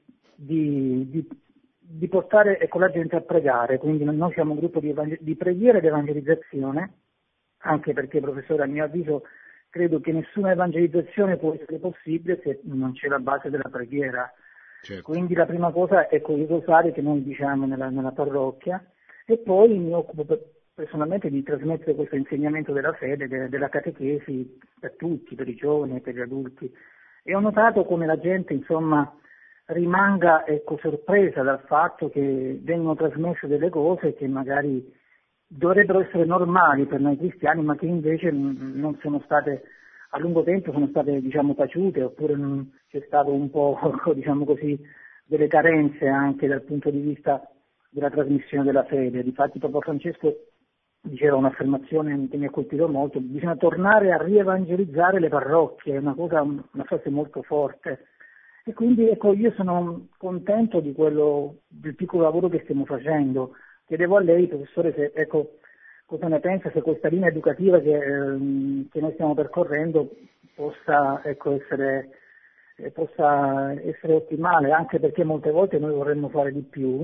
di, di, di portare ecco, la gente a pregare, quindi noi siamo un gruppo di, evangel- di preghiera ed evangelizzazione, anche perché, professore, a mio avviso credo che nessuna evangelizzazione può essere possibile se non c'è la base della preghiera. Certo. Quindi la prima cosa è con il rosario che noi diciamo nella, nella parrocchia, e poi mi occupo per, personalmente di trasmettere questo insegnamento della fede, de, della catechesi per tutti, per i giovani e per gli adulti. E ho notato come la gente, insomma, rimanga ecco, sorpresa dal fatto che vengono trasmesse delle cose che magari dovrebbero essere normali per noi cristiani, ma che invece non sono state, a lungo tempo sono state, diciamo, taciute, oppure non, c'è stato un po', diciamo così, delle carenze anche dal punto di vista della trasmissione della fede. Difatti Papa Francesco diceva un'affermazione che mi ha colpito molto: bisogna tornare a rievangelizzare le parrocchie, è una cosa, una frase molto forte. E quindi ecco, io sono contento di quello, del piccolo lavoro che stiamo facendo. Chiedevo a lei, professore, se, ecco, cosa ne pensa, se questa linea educativa che, ehm, che noi stiamo percorrendo possa, ecco, essere, eh, possa essere ottimale, anche perché molte volte noi vorremmo fare di più,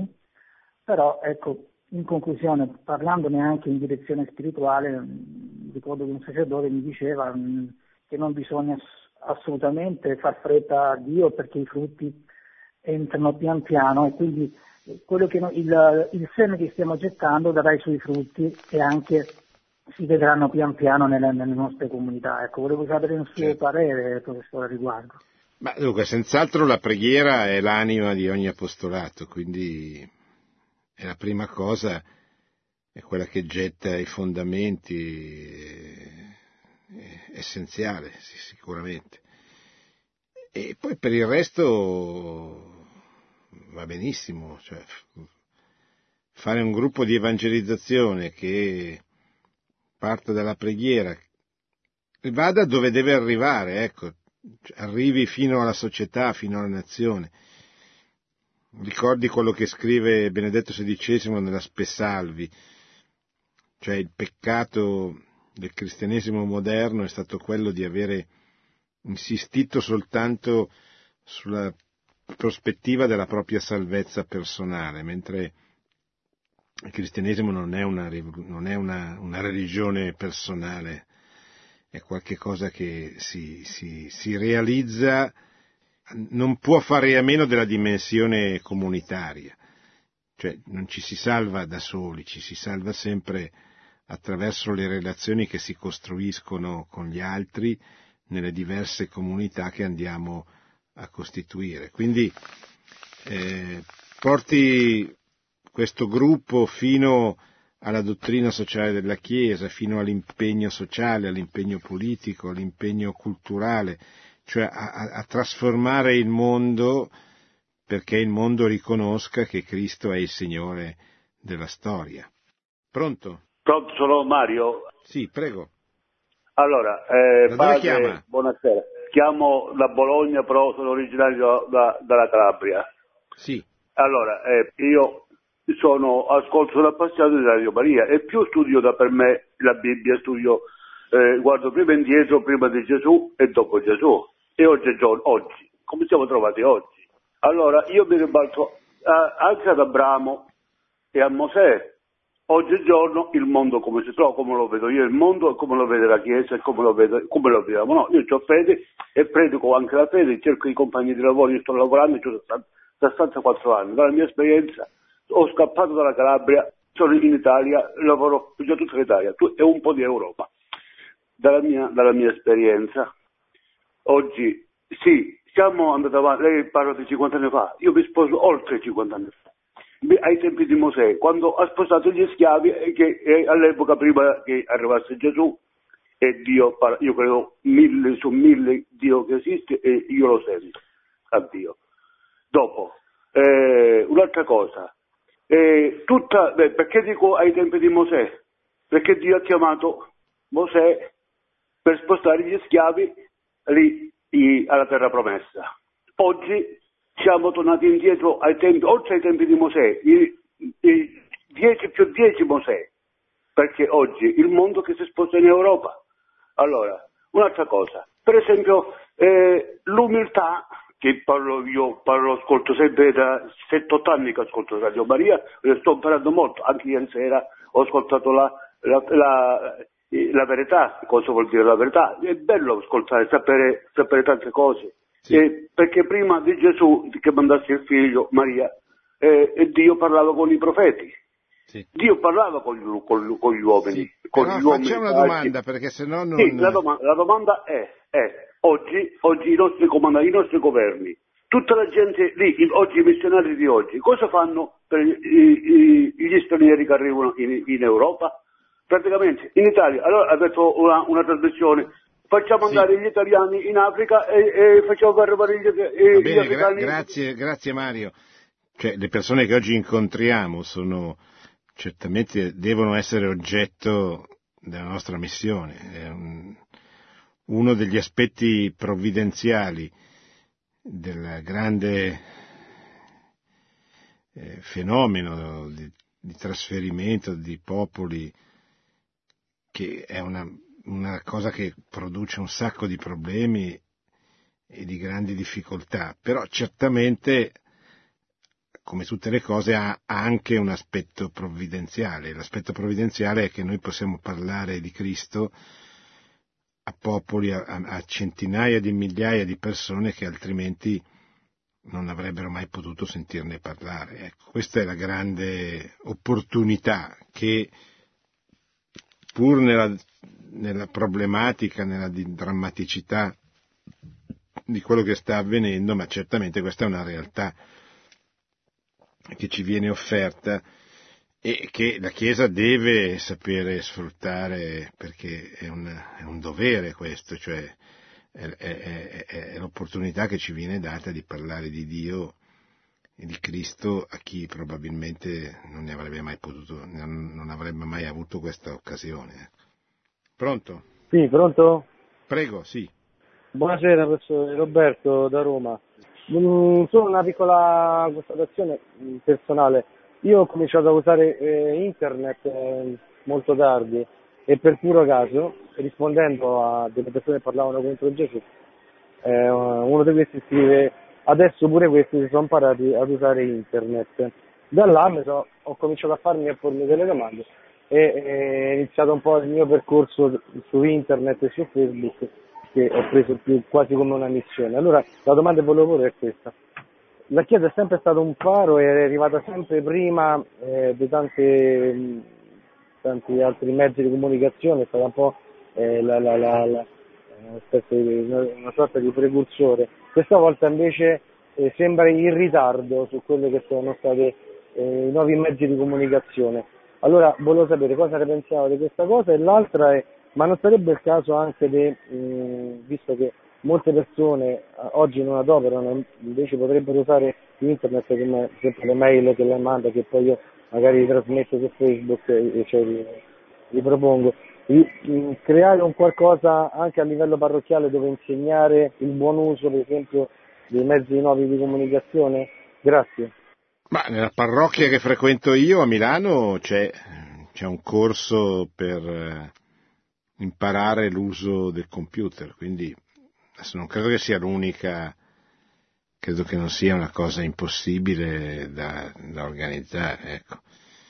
però ecco, in conclusione, parlandone anche in direzione spirituale, mh, ricordo che un sacerdote mi diceva mh, che non bisogna ass- assolutamente far fretta a Dio perché i frutti entrano pian piano, e quindi quello che noi, il, il seme che stiamo gettando darà i suoi frutti e anche si vedranno pian piano nelle, nelle nostre comunità. Ecco, volevo sapere il suo Certo. parere, professore, a riguardo. Ma dunque, senz'altro la preghiera è l'anima di ogni apostolato, quindi è la prima cosa, è quella che getta i fondamenti, è, è essenziale, sì, sicuramente. E poi per il resto va benissimo, cioè fare un gruppo di evangelizzazione che parte dalla preghiera, vada dove deve arrivare, ecco, arrivi fino alla società, fino alla nazione. Ricordi quello che scrive Benedetto sedicesimo nella Spe Salvi, cioè il peccato del cristianesimo moderno è stato quello di avere insistito soltanto sulla prospettiva della propria salvezza personale, mentre il cristianesimo non è una, non è una, una religione personale, è qualche cosa che si, si, si realizza, non può fare a meno della dimensione comunitaria, cioè non ci si salva da soli, ci si salva sempre attraverso le relazioni che si costruiscono con gli altri nelle diverse comunità che andiamo a costituire. Quindi eh, porti questo gruppo fino alla dottrina sociale della Chiesa, fino all'impegno sociale, all'impegno politico, all'impegno culturale, cioè a, a, a trasformare il mondo perché il mondo riconosca che Cristo è il Signore della storia. Pronto? Pronto, sono Mario? Sì, prego. Allora, eh, da padre, dove chiama? Buonasera. Chiamo da Bologna, però sono originario da, dalla Calabria. Sì. Allora, eh, io sono ascolto appassionato di Radio Maria e più studio da per me la Bibbia, studio, eh, guardo prima indietro, prima di Gesù e dopo Gesù. E oggi è giorno, oggi, come siamo trovati oggi? Allora, io mi ribalto eh, anche ad Abramo e a Mosè. Oggigiorno il mondo come si trova, come lo vedo io il mondo, e come lo vede la Chiesa e come lo vedo, come lo vediamo. No, io ho fede e predico anche la fede, cerco i compagni di lavoro, io sto lavorando da sessantaquattro anni, dalla mia esperienza ho scappato dalla Calabria, sono in Italia, lavoro già tutta l'Italia e un po' di Europa. Dalla mia, dalla mia esperienza, oggi sì, siamo andati avanti, lei parla di cinquanta anni fa, io mi sposo oltre cinquanta anni fa. Ai tempi di Mosè, quando ha sposato gli schiavi, che all'epoca prima che arrivasse Gesù, e Dio, io credo mille su mille Dio che esiste e io lo sento a Dio. Dopo, eh, un'altra cosa, eh, tutta, beh, perché dico ai tempi di Mosè? Perché Dio ha chiamato Mosè per spostare gli schiavi lì i, alla terra promessa. Oggi siamo tornati indietro ai tempi, oltre ai tempi di Mosè, i, i dieci più dieci Mosè, perché oggi il mondo che si sposta in Europa. Allora, un'altra cosa, per esempio eh, l'umiltà, che parlo io, parlo, ascolto sempre da sette otto anni che ascolto Radio Maria, sto imparando molto, anche ieri sera ho ascoltato la, la, la, la verità, cosa vuol dire la verità, è bello ascoltare, sapere, sapere tante cose. Sì. Eh, perché prima di Gesù che mandasse il figlio Maria, eh, e Dio parlava con i profeti. Sì. Dio parlava con gli, con, con gli uomini. Sì, con però gli uomini facciamo una domanda, perché se no non... Sì, la, doma- la domanda è, è oggi, oggi i nostri comandanti, i nostri governi, tutta la gente lì, oggi i missionari di oggi, cosa fanno per i, i, gli stranieri che arrivano in, in Europa? Praticamente in Italia, allora ha detto una, una trasmissione, facciamo andare sì. gli italiani in Africa e, e facciamo arrivare gli, e, bene, gli africani. Gra- grazie, grazie Mario. Cioè, le persone che oggi incontriamo sono certamente devono essere oggetto della nostra missione. È un, uno degli aspetti provvidenziali del grande eh, fenomeno di, di trasferimento di popoli, che è una una cosa che produce un sacco di problemi e di grandi difficoltà, però certamente, come tutte le cose, ha anche un aspetto provvidenziale. L'aspetto provvidenziale è che noi possiamo parlare di Cristo a popoli, a, a centinaia di migliaia di persone che altrimenti non avrebbero mai potuto sentirne parlare. Ecco, questa è la grande opportunità che, pur nella, nella problematica, nella drammaticità di quello che sta avvenendo, ma certamente questa è una realtà che ci viene offerta e che la Chiesa deve sapere sfruttare, perché è un, è un dovere questo, cioè è, è, è, è l'opportunità che ci viene data di parlare di Dio e di Cristo a chi probabilmente non ne avrebbe mai potuto, non avrebbe mai avuto questa occasione. Pronto? Sì, pronto? Prego, sì. Buonasera, professore Roberto da Roma. Mm, solo una piccola constatazione personale. Io ho cominciato a usare eh, internet eh, molto tardi e per puro caso, rispondendo a delle persone che parlavano contro Gesù, eh, uno di questi scrive: adesso pure questi si sono imparati ad usare internet. Da là mi so, ho cominciato a farmi e a pormi delle domande e è iniziato un po' il mio percorso su internet e su Facebook, che ho preso più quasi come una missione. Allora la domanda che volevo porre è questa: la Chiesa è sempre stata un faro e è arrivata sempre prima eh, di tante, tanti altri mezzi di comunicazione, è stata un po' eh, la, la, la, la, una, una sorta di precursore. Questa volta invece eh, sembra in ritardo su quelli che sono stati eh, i nuovi mezzi di comunicazione. Allora volevo sapere cosa ne pensavo di questa cosa, e l'altra è: ma non sarebbe il caso anche di, mh, visto che molte persone oggi non adoperano, invece potrebbero usare internet come per esempio le mail che lei manda, che poi io magari trasmetto su Facebook, e, cioè, vi propongo di mh, creare un qualcosa anche a livello parrocchiale dove insegnare il buon uso, per esempio, dei mezzi nuovi di comunicazione? Grazie. Ma nella parrocchia che frequento io a Milano c'è, c'è un corso per eh, imparare l'uso del computer, quindi adesso non credo che sia l'unica, credo che non sia una cosa impossibile da, da organizzare, ecco.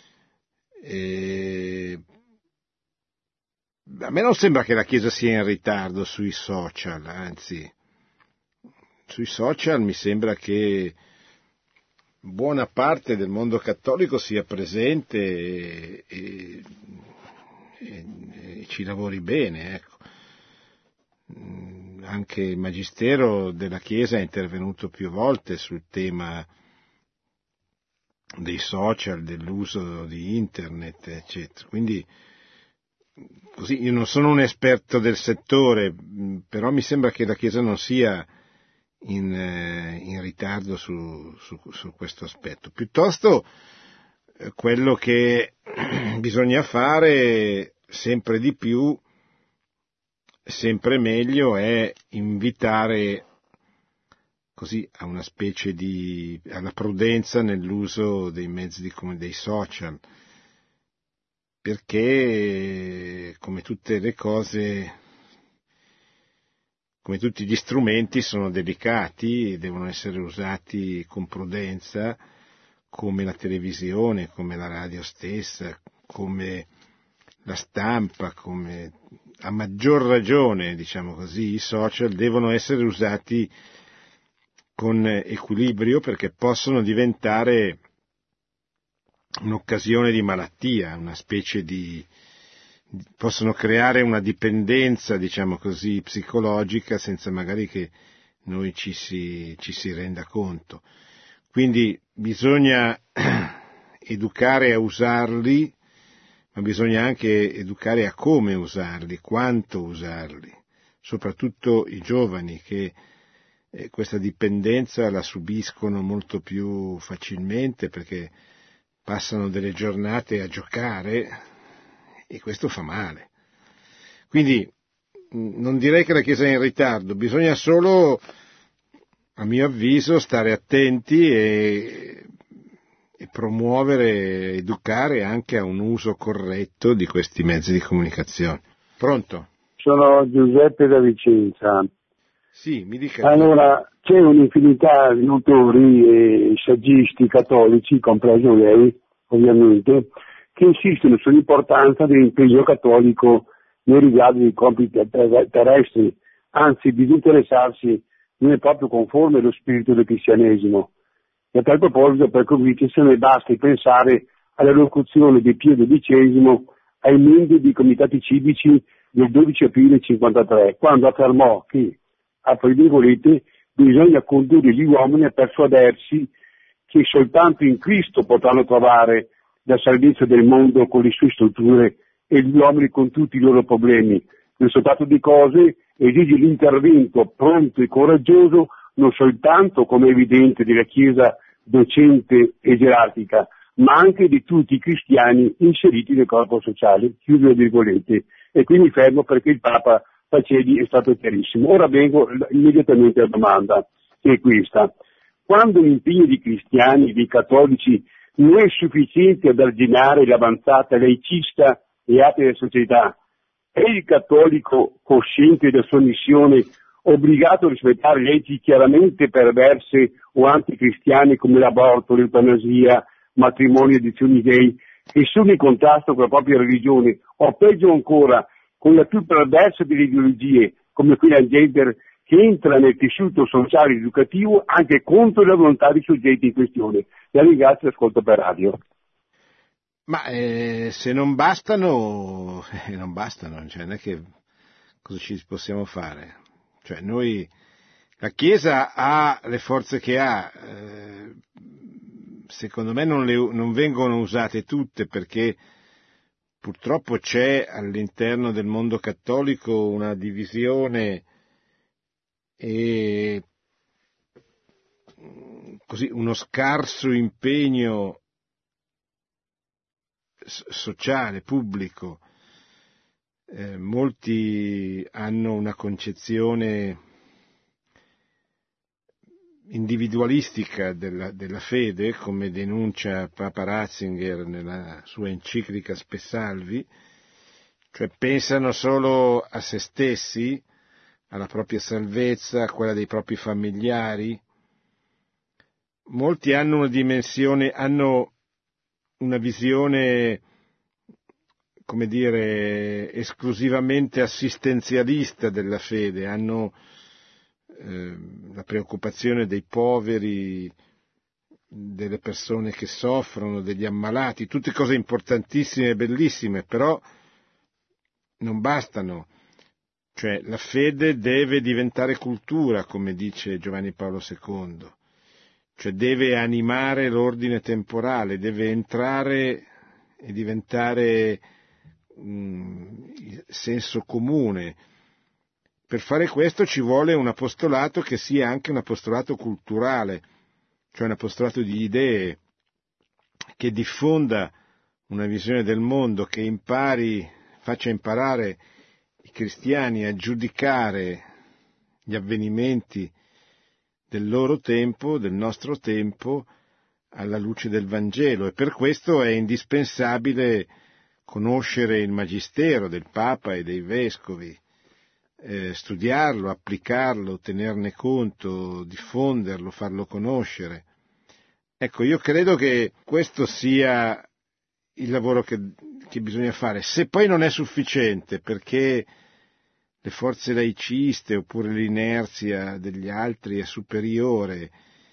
E a me non sembra che la Chiesa sia in ritardo sui social, anzi, sui social mi sembra che buona parte del mondo cattolico sia presente e, e, e, e ci lavori bene, ecco. Anche il Magistero della Chiesa è intervenuto più volte sul tema dei social, dell'uso di internet, eccetera. Quindi, così, io non sono un esperto del settore, però mi sembra che la Chiesa non sia in, in ritardo su, su, su questo aspetto. Piuttosto, quello che bisogna fare sempre di più, sempre meglio, è invitare così a una specie di, alla prudenza nell'uso dei mezzi di, come dei social, perché come tutte le cose, come tutti gli strumenti sono delicati e devono essere usati con prudenza, come la televisione, come la radio stessa, come la stampa, come a maggior ragione, diciamo così, i social devono essere usati con equilibrio perché possono diventare un'occasione di malattia, una specie di, possono creare una dipendenza, diciamo così, psicologica senza magari che noi ci si, ci si renda conto. Quindi bisogna educare a usarli, ma bisogna anche educare a come usarli, quanto usarli, soprattutto i giovani che eh, questa dipendenza la subiscono molto più facilmente perché passano delle giornate a giocare e questo fa male. Quindi non direi che la Chiesa è in ritardo, bisogna solo, a mio avviso, stare attenti e, e promuovere, educare anche a un uso corretto di questi mezzi di comunicazione. Pronto? Sono Giuseppe da Vicenza. Sì, mi dica. Allora, c'è un'infinità di autori e saggisti cattolici, compreso lei, ovviamente, che insistono sull'importanza dell'impegno cattolico nei riguardi dei compiti terrestri, anzi disinteressarsi non è proprio conforme allo spirito del cristianesimo. E a tal proposito, per convinzione, basti pensare alla locuzione di Pio dodicesimo ai membri dei comitati civici del dodici aprile cinquantatré, quando affermò che, apro i virgolette, bisogna condurre gli uomini a persuadersi che soltanto in Cristo potranno trovare la salvezza del mondo con le sue strutture e gli uomini con tutti i loro problemi. Questo stato di cose esige l'intervento pronto e coraggioso non soltanto, come è evidente, della Chiesa docente e gerarchica, ma anche di tutti i cristiani inseriti nel corpo sociale, chiudo le virgolette. E quindi fermo perché il Papa Facedi è stato chiarissimo. Ora vengo immediatamente alla domanda, che è questa. Quando l'impegno di cristiani, di cattolici, non è sufficiente ad arginare l'avanzata laicista e atea società, è il cattolico, cosciente della sua missione, obbligato a rispettare leggi chiaramente perverse o anticristiane come l'aborto, l'eutanasia, matrimoni e adozioni gay, che sono in contrasto con la propria religione, o peggio ancora, con la più perversa delle ideologie, come quella gender, che entra nel tessuto sociale ed educativo anche contro la volontà dei soggetti in questione. La ringrazio e ascolto per radio. Ma eh, se non bastano, eh, non bastano, cioè non è che cosa ci possiamo fare? Cioè noi, la Chiesa ha le forze che ha, eh, secondo me non, le, non vengono usate tutte perché purtroppo c'è all'interno del mondo cattolico una divisione e così uno scarso impegno sociale, pubblico eh, molti hanno una concezione individualistica della, della fede, come denuncia Papa Ratzinger nella sua enciclica Spe Salvi, cioè pensano solo a se stessi, alla propria salvezza, a quella dei propri familiari. Molti hanno una dimensione, hanno una visione, come dire, esclusivamente assistenzialista della fede, hanno eh, la preoccupazione dei poveri, delle persone che soffrono, degli ammalati, tutte cose importantissime e bellissime, però non bastano. Cioè la fede deve diventare cultura, come dice Giovanni Paolo secondo, cioè deve animare l'ordine temporale, deve entrare e diventare mh, senso comune. Per fare questo ci vuole un apostolato che sia anche un apostolato culturale, cioè un apostolato di idee, che diffonda una visione del mondo, che impari, faccia imparare i cristiani a giudicare gli avvenimenti del loro tempo, del nostro tempo, alla luce del Vangelo, e per questo è indispensabile conoscere il magistero del Papa e dei Vescovi, eh, studiarlo, applicarlo, tenerne conto, diffonderlo, farlo conoscere. Ecco, io credo che questo sia il lavoro che, che bisogna fare. Se poi non è sufficiente, perché le forze laiciste oppure l'inerzia degli altri è superiore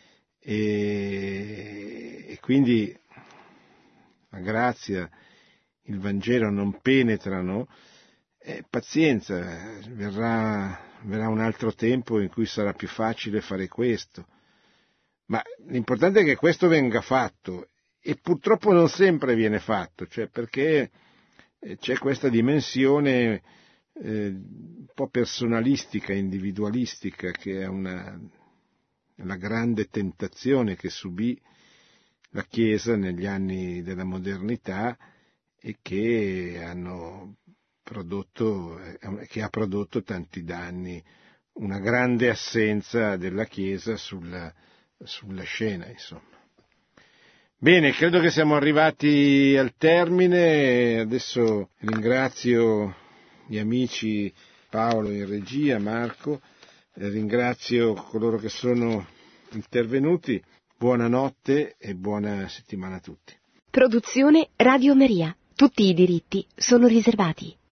e, e quindi la grazia, il Vangelo non penetrano, eh, pazienza, verrà, verrà un altro tempo in cui sarà più facile fare questo. Ma l'importante è che questo venga fatto, e purtroppo non sempre viene fatto, cioè perché c'è questa dimensione eh, un po' personalistica, individualistica, che è una, la grande tentazione che subì la Chiesa negli anni della modernità e che hanno prodotto, che ha prodotto tanti danni, una grande assenza della Chiesa sulla, sulla scena, insomma. Bene, credo che siamo arrivati al termine. Adesso ringrazio gli amici Paolo in regia, Marco, ringrazio coloro che sono intervenuti. Buonanotte e buona settimana a tutti. Produzione Radio Maria. Tutti i diritti sono riservati.